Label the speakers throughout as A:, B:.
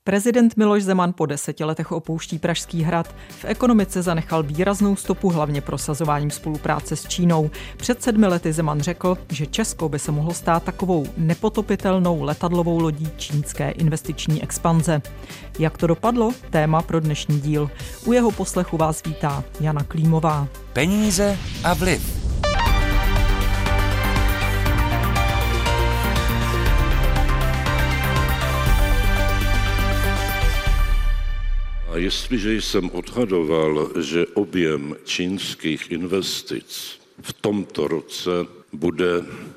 A: Prezident Miloš Zeman po 10 letech opouští Pražský hrad. V ekonomice zanechal výraznou stopu hlavně prosazováním spolupráce s Čínou. Před 7 lety Zeman řekl, že Česko by se mohlo stát takovou nepotopitelnou letadlovou lodí čínské investiční expanze. Jak to dopadlo? Téma pro dnešní díl. U jeho poslechu vás vítá Jana Klímová.
B: Peníze a vliv.
C: A jestliže jsem odhadoval, že objem čínských investic v tomto roce bude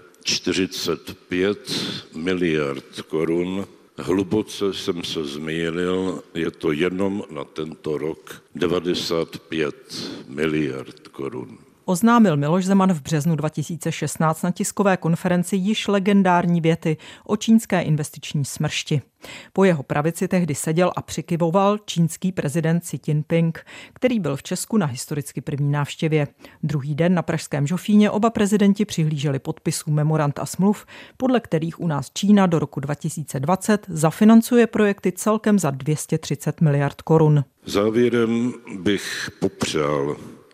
C: 45 miliard korun, hluboce jsem se zmýlil, je to jenom na tento rok 95 miliard korun.
A: Oznámil Miloš Zeman v březnu 2016 na tiskové konferenci již legendární věty o čínské investiční smršti. Po jeho pravici tehdy seděl a přikyvoval čínský prezident Xi Jinping, který byl v Česku na historicky první návštěvě. Druhý den na pražském Žofíně oba prezidenti přihlíželi podpisům memorand a smluv, podle kterých u nás Čína do roku 2020 zafinancuje projekty celkem za 230 miliard korun.
C: Závěrem bych popřál,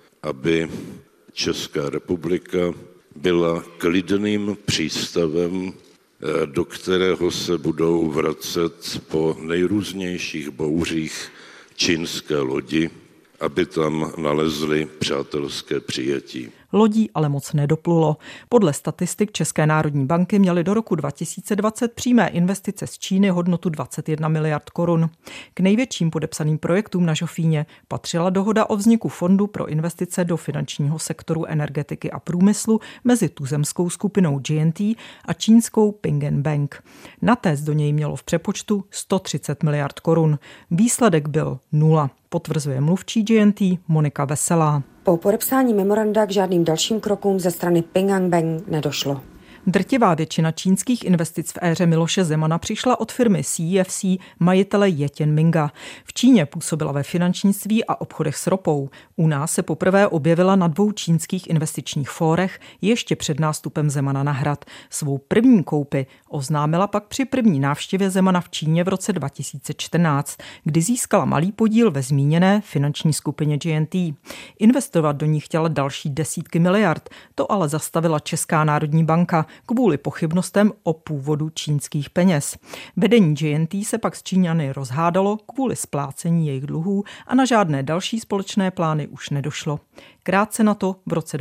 C: aby Česká republika byla klidným přístavem, do kterého se budou vracet po nejrůznějších bouřích čínské lodi, aby tam nalezli přátelské přijetí.
A: Lodí ale moc nedoplulo. Podle statistik České národní banky měly do roku 2020 přímé investice z Číny hodnotu 21 miliard korun. K největším podepsaným projektům na Žofíně patřila dohoda o vzniku fondu pro investice do finančního sektoru energetiky a průmyslu mezi tuzemskou skupinou GNT a čínskou Ping An Bank. Na TES do něj mělo v přepočtu 130 miliard korun. Výsledek byl 0, potvrzuje mluvčí GNT Monika Veselá.
D: Po podepsání memoranda k žádným dalším krokům ze strany Ping An Bank nedošlo.
A: Drtivá většina čínských investic v éře Miloše Zemana přišla od firmy CEFC, majitele Je Tianminga. V Číně působila ve finančnictví a obchodech s ropou. U nás se poprvé objevila na 2 čínských investičních fórech ještě před nástupem Zemana na hrad. Svou první koupi oznámila pak při první návštěvě Zemana v Číně v roce 2014, kdy získala malý podíl ve zmíněné finanční skupině GNT. Investovat do ní chtěla další desítky miliard, to ale zastavila Česká národní banka kvůli pochybnostem o původu čínských peněz. Vedení GNT se pak s Číňany rozhádalo kvůli splácení jejich dluhů a na žádné další společné plány už nedošlo. Krátce na to v roce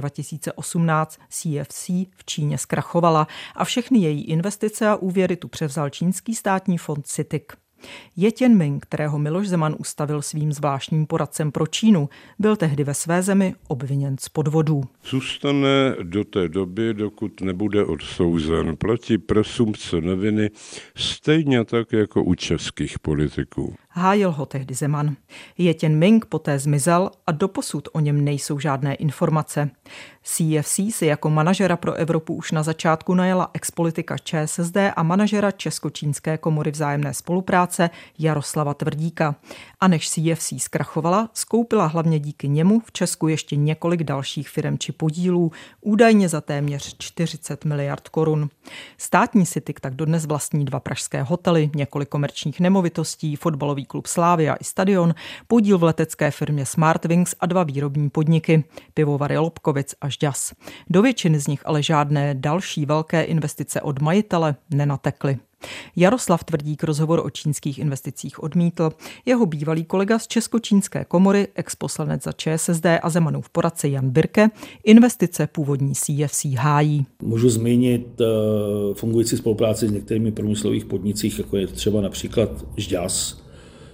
A: 2018 CEFC v Číně zkrachovala a všechny její investice a úvěry tu převzal čínský státní fond CITIC. Je Tianming, kterého Miloš Zeman ustavil svým zvláštním poradcem pro Čínu, byl tehdy ve své zemi obviněn z podvodů.
C: Zůstane do té doby, dokud nebude odsouzen. Platí presumpce neviny stejně tak jako u českých politiků.
A: Hájil ho tehdy Zeman. Je Tianming poté zmizel a doposud o něm nejsou žádné informace. CEFC si jako manažera pro Evropu už na začátku najela expolitika ČSSD a manažera Česko-čínské komory vzájemné spolupráce Jaroslava Tvrdíka. A než CEFC zkrachovala, skoupila hlavně díky němu v Česku ještě několik dalších firem či podílů, údajně za téměř 40 miliard korun. Státní CITIC tak dodnes vlastní 2 pražské hotely, několik komerčních nemovitostí, fotbalový klub Slavia i stadion, podíl v letecké firmě Smartwings a 2 výrobní podniky, pivovary Lobkovic a Žďas. Do většiny z nich ale žádné další velké investice od majitele nenatekly. Jaroslav Tvrdík rozhovor o čínských investicích odmítl. Jeho bývalý kolega z Česko-čínské komory, exposlanec za ČSSD a Zemanův poradce Jan Birke, investice původní CEFC hájí.
E: Můžu zmínit fungující spolupráci s některými průmyslových podnicích, jako je třeba například Žďas,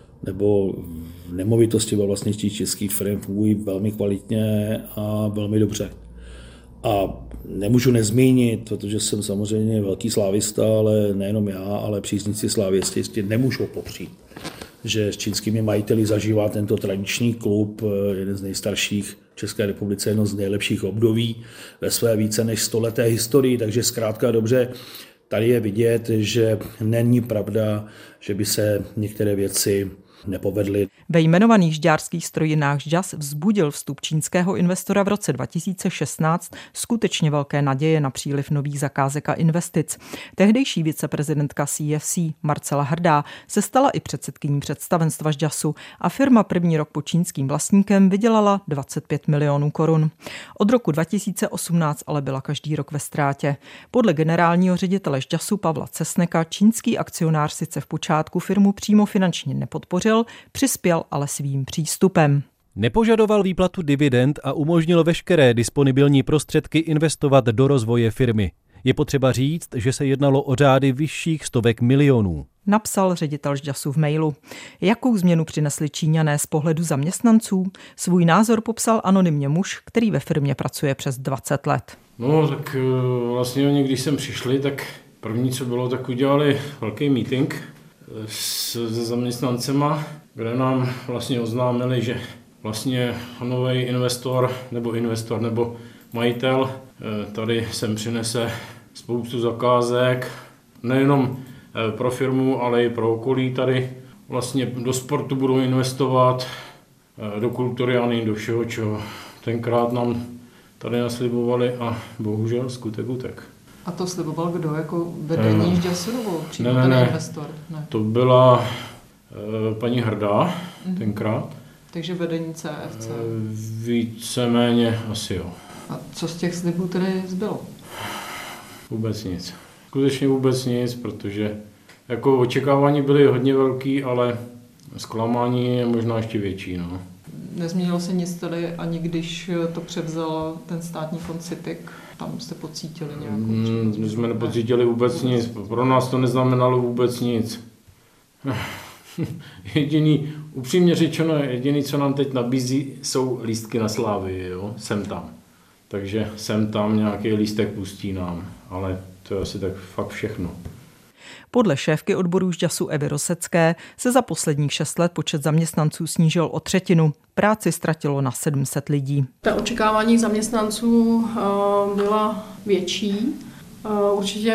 E: nebo nemovitosti ve vlastnictví českých firm fungují velmi kvalitně a velmi dobře. A nemůžu nezmínit, protože jsem samozřejmě velký slávista, ale nejenom já, ale příznivci Slávy jistě nemůžou popřít, že s čínskými majiteli zažívá tento tradiční klub, jeden z nejstarších v České republice, jedno z nejlepších období ve své více než 100leté historii, takže zkrátka dobře, tady je vidět, že není pravda, že by se některé věci nepovedly.
A: Ve jmenovaných žďárských strojinách Žďas vzbudil vstup čínského investora v roce 2016 skutečně velké naděje na příliv nových zakázek a investic. Tehdejší viceprezidentka CFC Marcela Hrdá se stala i předsedkyní představenstva Žďasu a firma první rok pod čínským vlastníkem vydělala 25 milionů korun. Od roku 2018 ale byla každý rok ve ztrátě. Podle generálního ředitele Žďasu Pavla Cesneka čínský akcionář sice v počátku firmu přímo finančně nepodpořil, přispěl ale svým přístupem.
F: Nepožadoval výplatu dividend a umožnil veškeré disponibilní prostředky investovat do rozvoje firmy. Je potřeba říct, že se jednalo o řády vyšších stovek milionů.
A: Napsal ředitel Žďasu v mailu. Jakou změnu přinesli Číňané z pohledu zaměstnanců? Svůj názor popsal anonymně muž, který ve firmě pracuje přes 20 let.
G: No, tak vlastně oni, když sem přišli, tak první, co bylo, tak udělali velký meeting se zaměstnancema, kde nám vlastně oznámili, že vlastně nový investor nebo majitel tady sem přinese spoustu zakázek, nejenom pro firmu, ale i pro okolí tady. Vlastně do sportu budou investovat, do kultury a nejen do všeho, čeho tenkrát nám tady naslibovali a bohužel skutek utek.
A: A to sliboval kdo? Jako vedení Žďasu nebo přímo ten investor? Ne.
G: To byla paní Hrdá tenkrát.
A: Takže vedení CFC?
G: Víceméně asi jo.
A: A co z těch slibů tedy zbylo?
G: Vůbec nic. Skutečně vůbec nic, protože jako očekávání byly hodně velký, ale zklamání je možná ještě větší. No.
A: Nezměnilo se nic tady ani když to převzal ten státní fond CITIC? Tam jste pocítili nějakou?
G: My jsme nepocítili vůbec nic. Pro nás to neznamenalo vůbec nic. Upřímně řečeno, jediný, co nám teď nabízí, jsou lístky na Slávii, jo? Sem tam. Takže sem tam nějaký lístek pustí nám, ale to je asi tak fakt všechno.
A: Podle šéfky odborů Žďasu Evy Rosecké se za posledních 6 let počet zaměstnanců snížil o 1/3. Práci ztratilo na 700 lidí.
H: Ta očekávání zaměstnanců byla větší. Určitě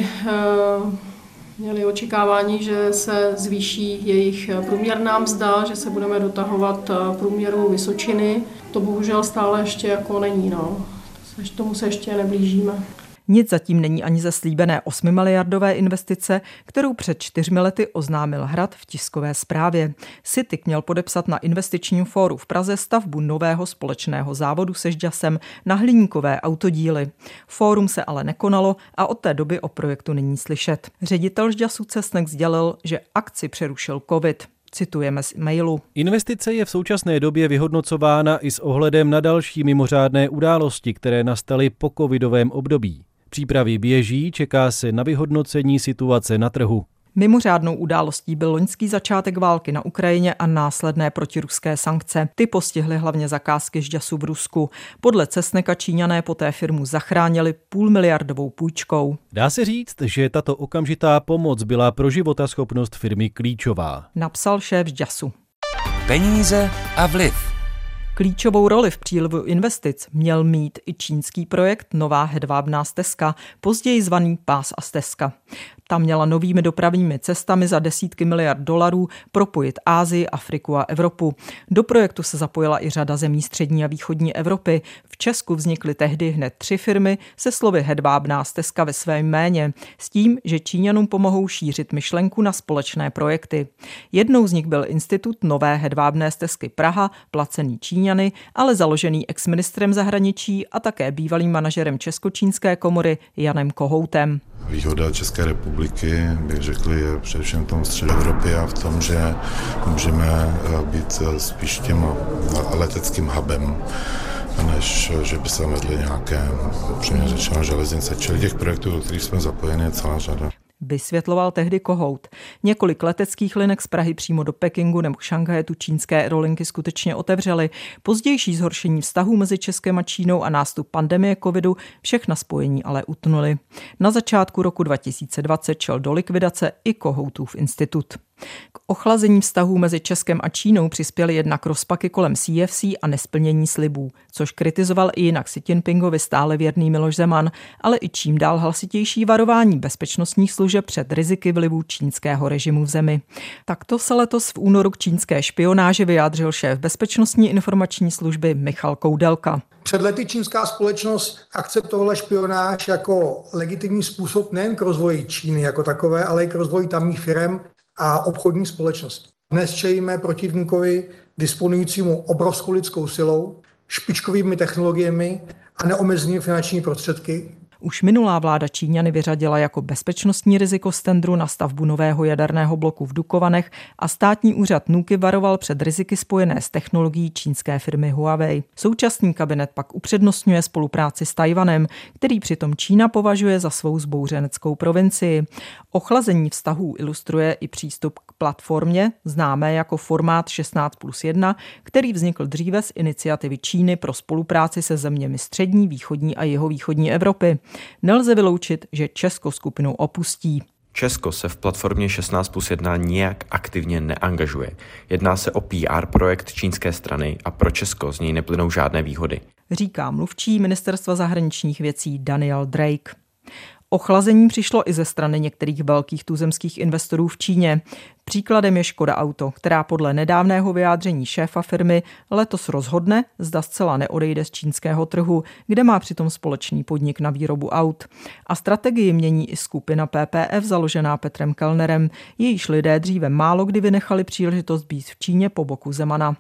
H: měli očekávání, že se zvýší jejich průměrná mzda, že se budeme dotahovat průměru Vysočiny. To bohužel stále ještě jako není. No. Tomu se ještě neblížíme.
A: Nic zatím není ani ze slíbené 8miliardové investice, kterou před 4 lety oznámil Hrad v tiskové zprávě. CITIC měl podepsat na investičním fóru v Praze stavbu nového společného závodu se Žďasem na hliníkové autodíly. Fórum se ale nekonalo a od té doby o projektu není slyšet. Ředitel Žďasu Cesnek sdělil, že akci přerušil covid. Citujeme z mailu.
F: Investice je v současné době vyhodnocována i s ohledem na další mimořádné události, které nastaly po covidovém období. Přípravy běží, čeká se na vyhodnocení situace na trhu.
A: Mimořádnou událostí byl loňský začátek války na Ukrajině a následné protiruské sankce. Ty postihly hlavně zakázky Žďasu v Rusku. Podle Cesneka Číňané poté firmu zachránili 500 miliardovou půjčkou.
F: Dá se říct, že tato okamžitá pomoc byla pro životaschopnost firmy klíčová.
A: Napsal šéf Žďasu.
B: Peníze a vliv.
A: Klíčovou roli v přílivu investic měl mít i čínský projekt Nová hedvábná stezka, později zvaný Pás a stezka. Ta měla novými dopravními cestami za desítky miliard dolarů propojit Asii, Afriku a Evropu. Do projektu se zapojila i řada zemí střední a východní Evropy. V Česku vznikly tehdy hned 3 firmy se slovy hedvábná stezka ve svém jméně, s tím, že Číňanům pomohou šířit myšlenku na společné projekty. Jednou z nich byl Institut Nové hedvábné stezky Praha, placený Číňany, ale založený exministrem zahraničí a také bývalým manažerem Českočínské komory Janem Kohoutem.
I: Výhoda České republiky, bych řekl, je především v tom středu Evropy a v tom, že můžeme být spíš tím leteckým hubem, než že by se vedly nějaké, přímě řečeno, železnice. Čili těch projektů, do kterých jsme zapojeni, je celá řada.
A: Vysvětloval tehdy Kohout. Několik leteckých linek z Prahy přímo do Pekingu nebo Šanghaje tu čínské aerolinky skutečně otevřely. Pozdější zhoršení vztahů mezi Českem a Čínou a nástup pandemie covidu všechna spojení ale utnuly. Na začátku roku 2020 šel do likvidace i Kohoutův institut. K ochlazení vztahů mezi Českem a Čínou přispěly jednak rozpaky kolem CEFC a nesplnění slibů, což kritizoval i jinak Xi Jinpingovi stále věrný Miloš Zeman, ale i čím dál hlasitější varování bezpečnostních služeb před riziky vlivu čínského režimu v zemi. Takto se letos v únoru k čínské špionáži vyjádřil šéf Bezpečnostní informační služby Michal Koudelka.
J: Před lety čínská společnost akceptovala špionáž jako legitimní způsob nejen k rozvoji Číny jako takové, ale i k rozvoji tamních firem a obchodní společnosti. Dnes čelíme protivníkovi disponujícímu obrovskou lidskou silou, špičkovými technologiemi a neomezenými finanční prostředky.
A: Už minulá vláda Číňany vyřadila jako bezpečnostní riziko z tendru na stavbu nového jaderného bloku v Dukovanech a státní úřad NÚKI varoval před riziky spojené s technologií čínské firmy Huawei. Současný kabinet pak upřednostňuje spolupráci s Tchaj-wanem, který přitom Čína považuje za svou zbouřeneckou provincii. Ochlazení vztahů ilustruje i přístup k platformě, známé jako formát 16+1, který vznikl dříve z iniciativy Číny pro spolupráci se zeměmi střední, východní a jihovýchodní Evropy. Nelze vyloučit, že Česko skupinu opustí.
K: Česko se v platformě 16+1 nijak aktivně neangažuje. Jedná se o PR projekt čínské strany a pro Česko z něj neplynou žádné výhody,
A: říká mluvčí Ministerstva zahraničních věcí Daniel Drake. Ochlazení přišlo i ze strany některých velkých tuzemských investorů v Číně. Příkladem je Škoda Auto, která podle nedávného vyjádření šéfa firmy letos rozhodne, zda zcela neodejde z čínského trhu, kde má přitom společný podnik na výrobu aut. A strategii mění i skupina PPF založená Petrem Kellnerem, jejíž lidé dříve málo kdy vynechali příležitost být v Číně po boku Zemana.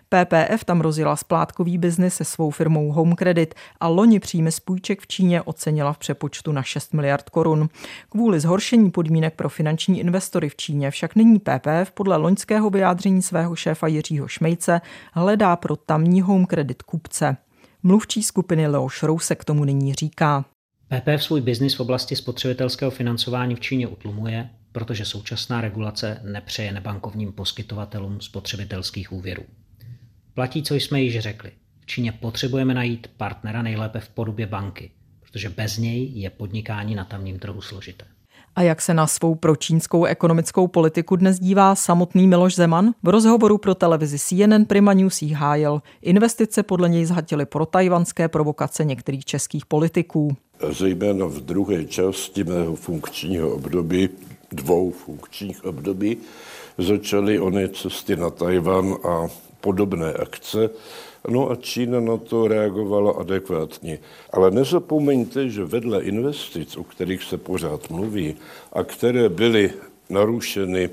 A: PPF tam rozjela splátkový biznis se svou firmou Home Credit a loni příjmy z půjček v Číně ocenila v přepočtu na 6 miliard korun. Kvůli zhoršení podmínek pro finanční investory v Číně však nyní PPF podle loňského vyjádření svého šéfa Jiřího Šmejce hledá pro tamní Home Credit kupce. Mluvčí skupiny Leoš Rousek k tomu nyní říká.
L: PPF svůj biznis v oblasti spotřebitelského financování v Číně utlumuje, protože současná regulace nepřeje nebankovním poskytovatelům spotřebitelských úvěrů. Platí, co jsme již řekli. V Číně potřebujeme najít partnera nejlépe v podobě banky, protože bez něj je podnikání na tamním trhu složité.
A: A jak se na svou pročínskou ekonomickou politiku dnes dívá samotný Miloš Zeman? V rozhovoru pro televizi CNN Prima News jí hájil. Investice podle něj zhatily protajvanské provokace některých českých politiků.
C: Zejména v druhé části mého funkčního období, 2 funkčních období, začaly ony cesty na Tchaj-wan a podobné akce. No a Čína na to reagovala adekvátně. Ale nezapomeňte, že vedle investic, o kterých se pořád mluví a které byly narušeny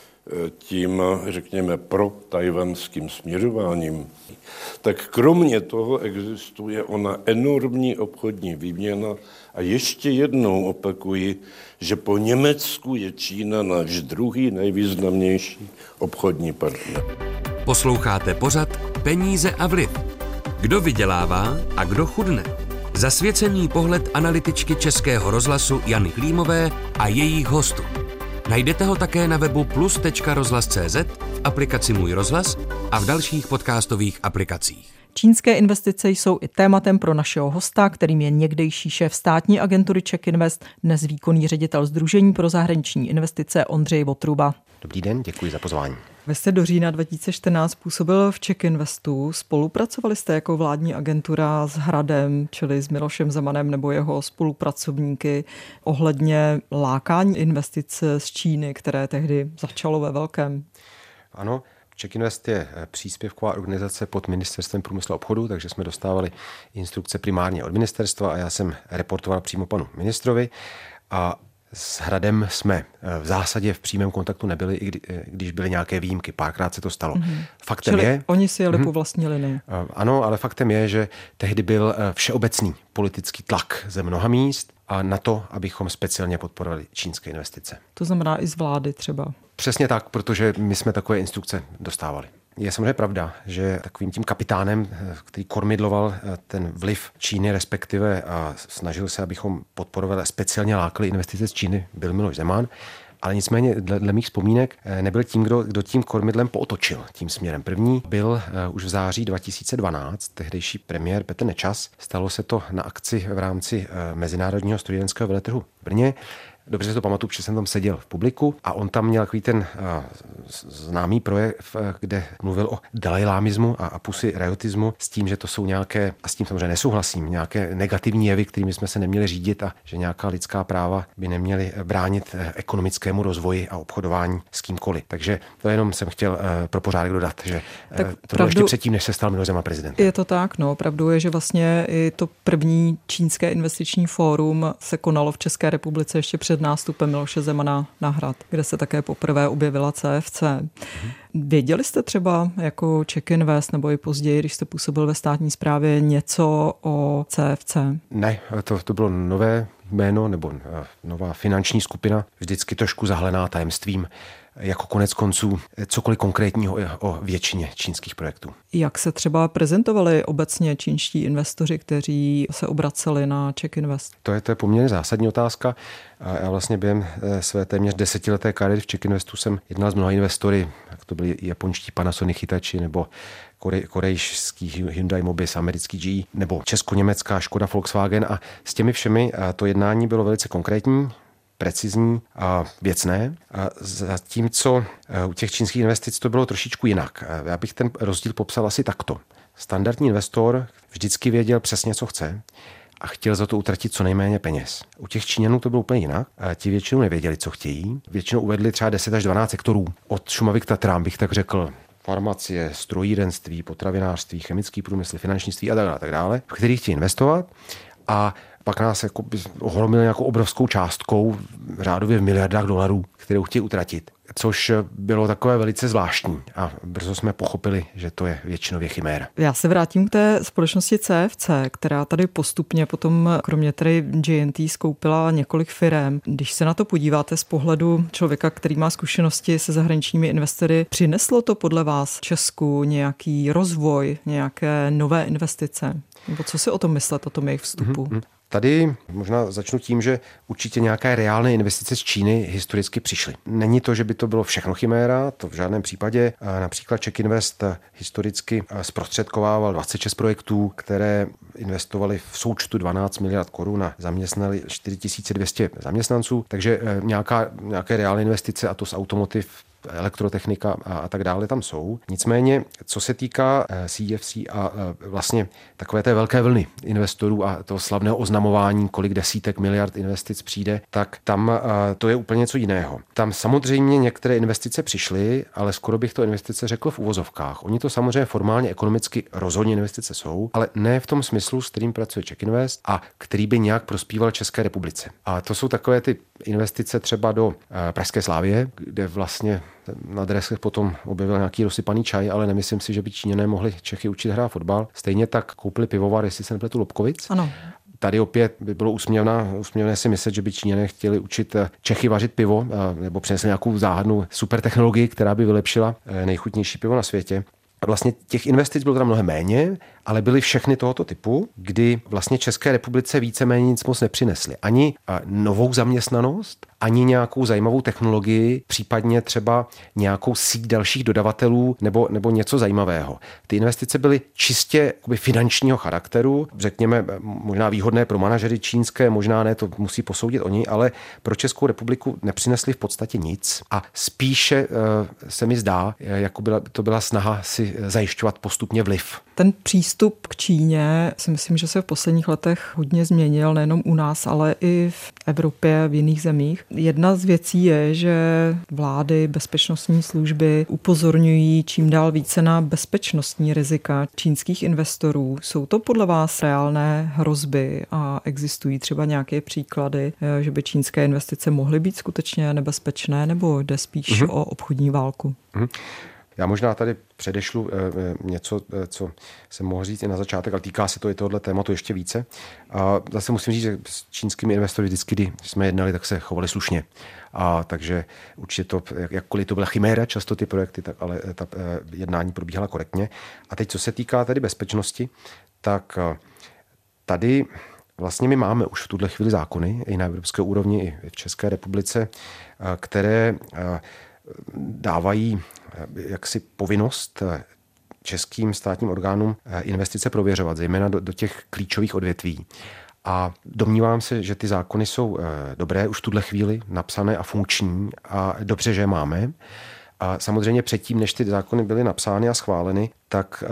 C: tím, řekněme, pro-tajvanským směřováním, tak kromě toho existuje ona enormní obchodní výměna a ještě jednou opakuji, že po Německu je Čína náš druhý nejvýznamnější obchodní partner.
B: Posloucháte pořad Peníze a vliv. Kdo vydělává a kdo chudne? Zasvěcený pohled analytičky Českého rozhlasu Jany Klímové a jejích hostů. Najdete ho také na webu plus.rozhlas.cz, v aplikaci Můj rozhlas a v dalších podcastových aplikacích.
A: Čínské investice jsou i tématem pro našeho hosta, kterým je někdejší šéf státní agentury CzechInvest, dnes výkonný ředitel Sdružení pro zahraniční investice Ondřej Votruba.
M: Dobrý den, děkuji za pozvání.
A: Vy jste do října 2014 působil v CzechInvestu. Spolupracovali jste jako vládní agentura s Hradem, čili s Milošem Zemanem nebo jeho spolupracovníky ohledně lákání investic z Číny, které tehdy začalo ve velkém?
M: Ano, CzechInvest je příspěvková organizace pod Ministerstvem průmyslu a obchodu, takže jsme dostávali instrukce primárně od ministerstva a já jsem reportoval přímo panu ministrovi. A s Hradem jsme v zásadě v přímém kontaktu nebyli, i když byly nějaké výjimky. Párkrát se to stalo. Faktem
A: čili
M: je,
A: oni si jeli po vlastní linii.
M: Ano, ale faktem je, že tehdy byl všeobecný politický tlak ze mnoha míst a na to, abychom speciálně podporovali čínské investice.
A: To znamená i z vlády třeba.
M: Přesně tak, protože my jsme takové instrukce dostávali. Je samozřejmě pravda, že takovým tím kapitánem, který kormidloval ten vliv Číny, respektive a snažil se, abychom podporovali a speciálně lákali investice z Číny, byl Miloš Zeman, ale nicméně dle mých vzpomínek nebyl tím, kdo tím kormidlem pootočil tím směrem. První byl už v září 2012 tehdejší premiér Petr Nečas. Stalo se to na akci v rámci Mezinárodního strojírenského veletrhu v Brně, Dobře si to pamatuju, protože jsem tam seděl v publiku a on tam měl takový ten známý projev, kde mluvil o dalajlámismu a pussy riotismu s tím, že to jsou nějaké, a s tím samozřejmě nesouhlasím, nějaké negativní jevy, kterými jsme se neměli řídit a že nějaká lidská práva by neměly bránit ekonomickému rozvoji a obchodování s kýmkoliv. Takže to jenom jsem chtěl pro pořádek dodat, že to bylo ještě předtím, než se stal Miloš Zeman prezidentem.
A: Je to tak, no, pravdou je, že vlastně i to první čínské investiční fórum se konalo v České republice ještě před nástupem Miloše Zemana na Hrad, kde se také poprvé objevila CFC. Věděli jste třeba jako Czech Invest nebo i později, když jste působil ve státní správě, něco o CFC?
M: Ne, to bylo nové jméno nebo nová finanční skupina, vždycky trošku zahalená tajemstvím, jako konec konců cokoliv konkrétního o většině čínských projektů.
A: Jak se třeba prezentovali obecně čínští investoři, kteří se obraceli na Czech Invest?
M: To je poměrně zásadní otázka. Já vlastně během své téměř 10leté kariéry v Czech Investu jsem jednal s mnoha investory, jak to byli japonští Panasonic, Hitachi nebo korejský Hyundai Mobis, americký GE nebo česko-německá Škoda Volkswagen a s těmi všemi to jednání bylo velice konkrétní, precizní a věcné. A zatímco u těch čínských investic to bylo trošičku jinak. Já bych ten rozdíl popsal asi takto. Standardní investor vždycky věděl přesně, co chce a chtěl za to utratit co nejméně peněz. U těch Číňanů to bylo úplně jinak. Ti většinou nevěděli, co chtějí. Většinou uvedli třeba 10 až 12 sektorů. Od Šumavy k Tatrám bych tak řekl. Farmacie, strojírenství, potravinářství, chemický průmysl, finančnictví a tak dále, v kterých chtějí investovat a pak nás jako ohromili nějakou obrovskou částkou, řádově v miliardách dolarů, kterou chtějí utratit. Což bylo takové velice zvláštní a brzo jsme pochopili, že to je většinově chiméra.
A: Já se vrátím k té společnosti CFC, která tady postupně potom, kromě tedy J&T, skoupila několik firem. Když se na to podíváte z pohledu člověka, který má zkušenosti se zahraničními investory, přineslo to podle vás Česku nějaký rozvoj, nějaké nové investice? Nebo co si o tom myslet, o tom jejich vstupu?
M: Tady možná začnu tím, že určitě nějaké reálné investice z Číny historicky přišly. Není to, že by to bylo všechno chiméra, to v žádném případě. Například Czech Invest historicky zprostředkovával 26 projektů, které investovali v součtu 12 miliard korun a zaměstnali 4200 zaměstnanců, takže nějaké reálné investice, a to z automotiv, elektrotechnika a tak dále tam jsou. Nicméně, co se týká CFC a vlastně takové té velké vlny investorů a toho slavného oznamování, kolik desítek miliard investic přijde, tak tam to je úplně něco jiného. Tam samozřejmě některé investice přišly, ale skoro bych to investice řekl v uvozovkách. Oni to samozřejmě formálně ekonomicky rozhodně investice jsou, ale ne v tom smyslu, s kterým pracuje Czech Invest a který by nějak prospíval České republice. A to jsou takové ty investice třeba do Pražské Slavie, kde vlastně na dresech potom objevil nějaký rozsypaný čaj, ale nemyslím si, že by Číňané mohli Čechy učit hrát fotbal. Stejně tak koupili pivovar, jestli se nepletu, Lobkovic.
A: Ano.
M: Tady opět by bylo úsměvné si myslet, že by Číňané chtěli učit Čechy vařit pivo nebo přinesli nějakou záhadnou super technologii, která by vylepšila nejchutnější pivo na světě. A vlastně těch investic bylo tam mnohem méně, ale byly všechny tohoto typu, kdy vlastně České republice víceméně nic moc nepřinesly. Ani novou zaměstnanost, ani nějakou zajímavou technologii, případně třeba nějakou síť dalších dodavatelů nebo něco zajímavého. Ty investice byly čistě finančního charakteru, řekněme možná výhodné pro manažery čínské, možná ne, to musí posoudit oni, ale pro Českou republiku nepřinesly v podstatě nic a spíše se mi zdá, jako to byla snaha si zajišťovat postupně vliv.
A: Ten přístup k Číně si myslím, že se v posledních letech hodně změnil, nejenom u nás, ale i v Evropě, v jiných zemích. Jedna z věcí je, že vlády, bezpečnostní služby upozorňují čím dál více na bezpečnostní rizika čínských investorů. Jsou to podle vás reálné hrozby a existují třeba nějaké příklady, že by čínské investice mohly být skutečně nebezpečné, nebo jde spíš o obchodní válku?
M: Já možná tady předešlu něco, co jsem mohl říct i na začátek, ale týká se to i tohoto tématu ještě více. A zase musím říct, že s čínskými investory vždycky, když jsme jednali, tak se chovali slušně. Takže určitě to, jakkoliv to byla chiméra, často ty projekty, ale ta jednání probíhala korektně. A teď, co se týká tady bezpečnosti, tak tady vlastně my máme už v tuhle chvíli zákony i na evropské úrovni, i v České republice, které dávají jaksi povinnost českým státním orgánům investice prověřovat, zejména do těch klíčových odvětví. A domnívám se, že ty zákony jsou dobré už v tuhle chvíli, napsané a funkční a dobře, že je máme. A samozřejmě předtím, než ty zákony byly napsány a schváleny, tak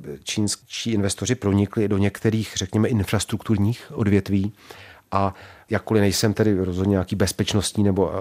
M: čínští investoři pronikli do některých, řekněme, infrastrukturních odvětví. A jakkoliv nejsem tedy rozhodně nějaký bezpečnostní nebo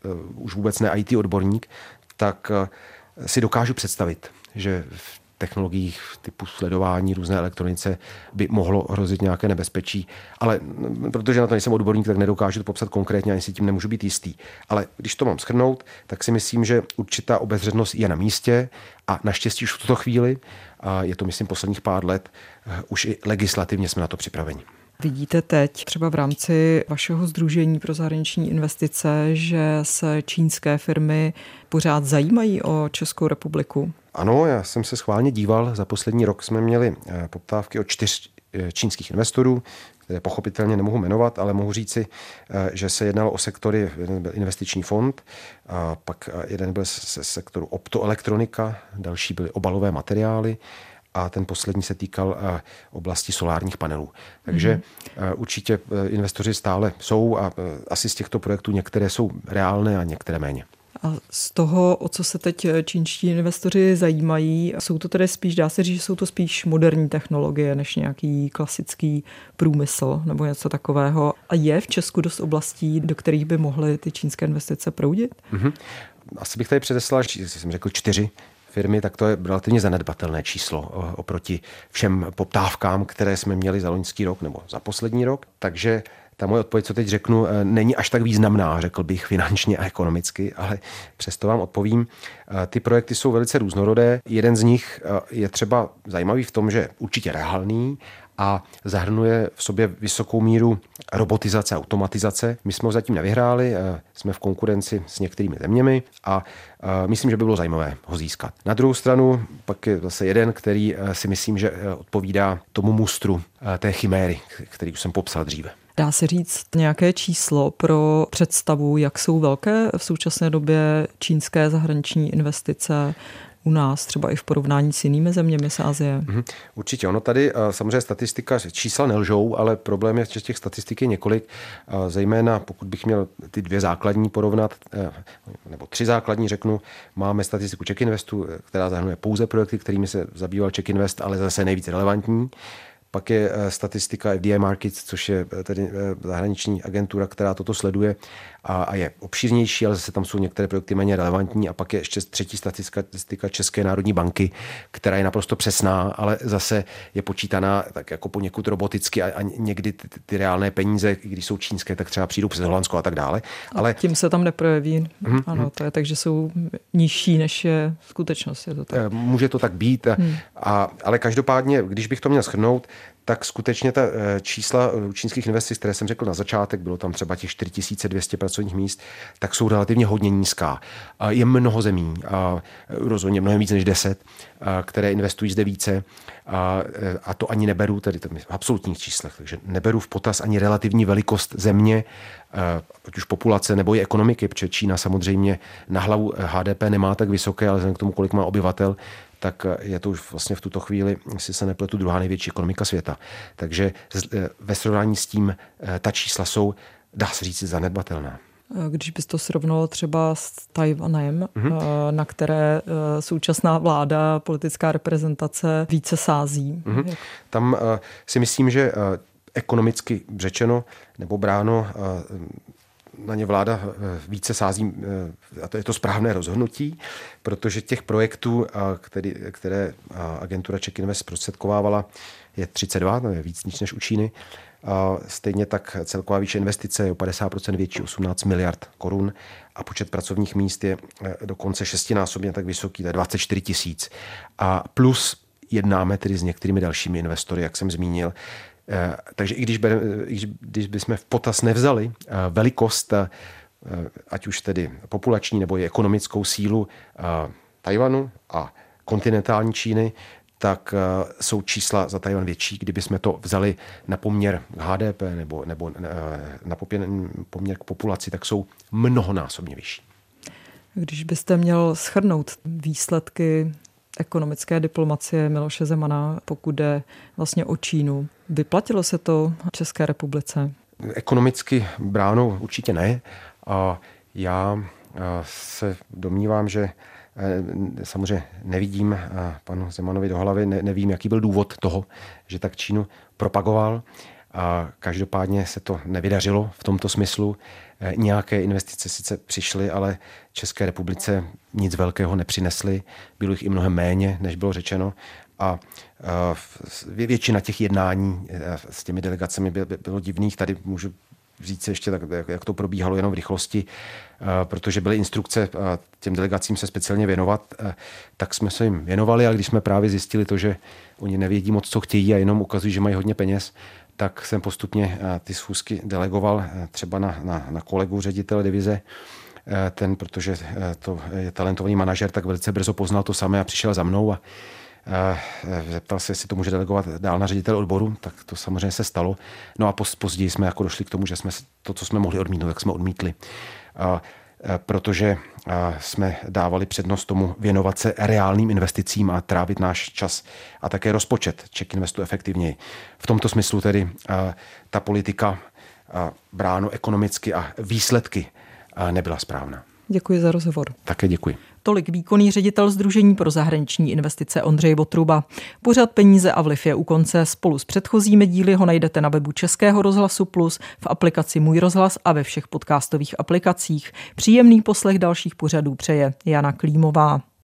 M: už vůbec ne IT odborník, tak si dokážu představit, že v technologiích typu sledování, různé elektronice by mohlo hrozit nějaké nebezpečí. Ale protože na to nejsem odborník, tak nedokážu to popsat konkrétně, ani si tím nemůžu být jistý. Ale když to mám shrnout, tak si myslím, že určitá obezřetnost je na místě a naštěstí už v tuto chvíli, a je to myslím posledních pár let, už i legislativně jsme na to připraveni.
A: Vidíte teď třeba v rámci vašeho sdružení pro zahraniční investice, že se čínské firmy pořád zajímají o Českou republiku?
M: Ano, já jsem se schválně díval. Za poslední rok jsme měli poptávky od 4 čínských investorů, které pochopitelně nemohu jmenovat, ale mohu říci, že se jednalo o sektory, jeden byl investiční fond, a pak jeden byl ze sektoru optoelektronika, další byly obalové materiály, a ten poslední se týkal oblasti solárních panelů. Takže určitě investoři stále jsou a asi z těchto projektů některé jsou reálné a některé méně.
A: A z toho, o co se teď čínští investoři zajímají, jsou to tedy spíš, dá se říct, že jsou to spíš moderní technologie než nějaký klasický průmysl nebo něco takového. A je v Česku dost oblastí, do kterých by mohly ty čínské investice proudit?
M: Asi bych tady předeslal, že jsem řekl 4 firmy, tak to je relativně zanedbatelné číslo oproti všem poptávkám, které jsme měli za loňský rok nebo za poslední rok. Takže ta moje odpověď, co teď řeknu, není až tak významná, řekl bych, finančně a ekonomicky, ale přesto vám odpovím. Ty projekty jsou velice různorodé. Jeden z nich je třeba zajímavý v tom, že určitě reálný a zahrnuje v sobě vysokou míru robotizace, automatizace. My jsme ho zatím nevyhráli, jsme v konkurenci s některými zeměmi a myslím, že by bylo zajímavé ho získat. Na druhou stranu pak je zase jeden, který si myslím, že odpovídá tomu mustru té chiméry, který už jsem popsal dříve.
A: Dá se říct nějaké číslo pro představu, jak jsou velké v současné době čínské zahraniční investice u nás, třeba i v porovnání s jinými zeměmi z Asie?
M: Určitě. Ono tady samozřejmě statistika, čísla nelžou, ale problém je, že těch statistik je několik. Zejména pokud bych měl ty 2 základní porovnat, nebo 3 základní řeknu, máme statistiku Czech Investu, která zahrnuje pouze projekty, kterými se zabýval Czech Invest, ale zase nejvíc relevantní. Pak je statistika FDI Markets, což je tedy zahraniční agentura, která toto sleduje a je obšírnější, ale zase tam jsou některé projekty méně relevantní. A pak je ještě 3. statistika České národní banky, která je naprosto přesná, ale zase je počítaná tak jako poněkud roboticky a někdy ty reálné peníze, když jsou čínské, tak třeba přijdou přes Holandsko a tak dále. Ale
A: tím se tam neprojeví. Ano, to je tak, že jsou nižší, než je skutečnost. Je to tak.
M: Může to tak být, ale každopádně, když bych to měl shrnout, tak skutečně ta čísla čínských investic, které jsem řekl na začátek, bylo tam třeba těch 4200 pracovních míst, tak jsou relativně hodně nízká. Je mnoho zemí, rozhodně mnohem víc než 10, které investují zde více a to ani neberu, tedy v absolutních číslech, takže neberu v potaz ani relativní velikost země, ať už populace nebo i ekonomiky, protože Čína samozřejmě na hlavu HDP nemá tak vysoké, ale vzhledem k tomu, kolik má obyvatel, tak je to už vlastně v tuto chvíli, jestli se nepletu, 2. největší ekonomika světa. Takže ve srovnání s tím ta čísla jsou, dá se říct, zanedbatelná.
A: Když bys to srovnal třeba s Tchaj-wanem, na které současná vláda, politická reprezentace více sází.
M: Tam si myslím, že ekonomicky řečeno nebo bráno na ně vláda více sází, a to je to správné rozhodnutí, protože těch projektů, které agentura Czech Invest zprostředkovávala, je 32, to je víc než u Číny. Stejně tak celková výše investice je o 50% větší, 18 miliard korun a počet pracovních míst je dokonce 6násobně tak vysoký, to je 24 000. A plus jednáme tedy s některými dalšími investory, jak jsem zmínil. Takže i když bychom v potaz nevzali velikost, ať už tedy populační nebo i ekonomickou sílu Tchaj-wanu a kontinentální Číny, tak jsou čísla za Tchaj-wan větší. Kdybychom to vzali na poměr k HDP nebo na poměr k populaci, tak jsou mnohonásobně vyšší.
A: Když byste měl shrnout výsledky ekonomické diplomacie Miloše Zemana, pokud jde vlastně o Čínu. Vyplatilo se to České republice?
M: Ekonomicky bráno určitě ne. A já se domnívám, že samozřejmě nevidím panu Zemanovi do hlavy, nevím, jaký byl důvod toho, že tak Čínu propagoval. A každopádně se to nevydařilo v tomto smyslu. Nějaké investice sice přišly, ale České republice nic velkého nepřinesly. Bylo jich i mnohem méně, než bylo řečeno. A většina těch jednání s těmi delegacemi bylo divných. Tady můžu říct ještě, jak to probíhalo jenom v rychlosti, protože byly instrukce těm delegacím se speciálně věnovat, tak jsme se jim věnovali, a když jsme právě zjistili to, že oni nevědí moc, co chtějí a jenom ukazují, že mají hodně peněz, tak jsem postupně ty schůzky delegoval třeba na kolegu ředitele divize, protože to je talentovaný manažer, tak velice brzo poznal to samé a přišel za mnou a zeptal se, jestli to může delegovat dál na ředitele odboru, tak to samozřejmě se stalo. No a později jsme jako došli k tomu, že jsme to, co jsme mohli odmítnout, tak jsme odmítli. Protože jsme dávali přednost tomu věnovat se reálným investicím a trávit náš čas a také rozpočet Czech Investu efektivněji. V tomto smyslu tedy ta politika bráno ekonomicky a výsledky nebyla správná.
A: Děkuji za rozhovor.
M: Také děkuji.
A: Tolik výkonný ředitel Sdružení pro zahraniční investice Ondřej Votruba. Pořad Peníze a vliv je u konce. Spolu s předchozími díly ho najdete na webu Českého rozhlasu Plus, v aplikaci Můj rozhlas a ve všech podcastových aplikacích. Příjemný poslech dalších pořadů přeje Jana Klímová.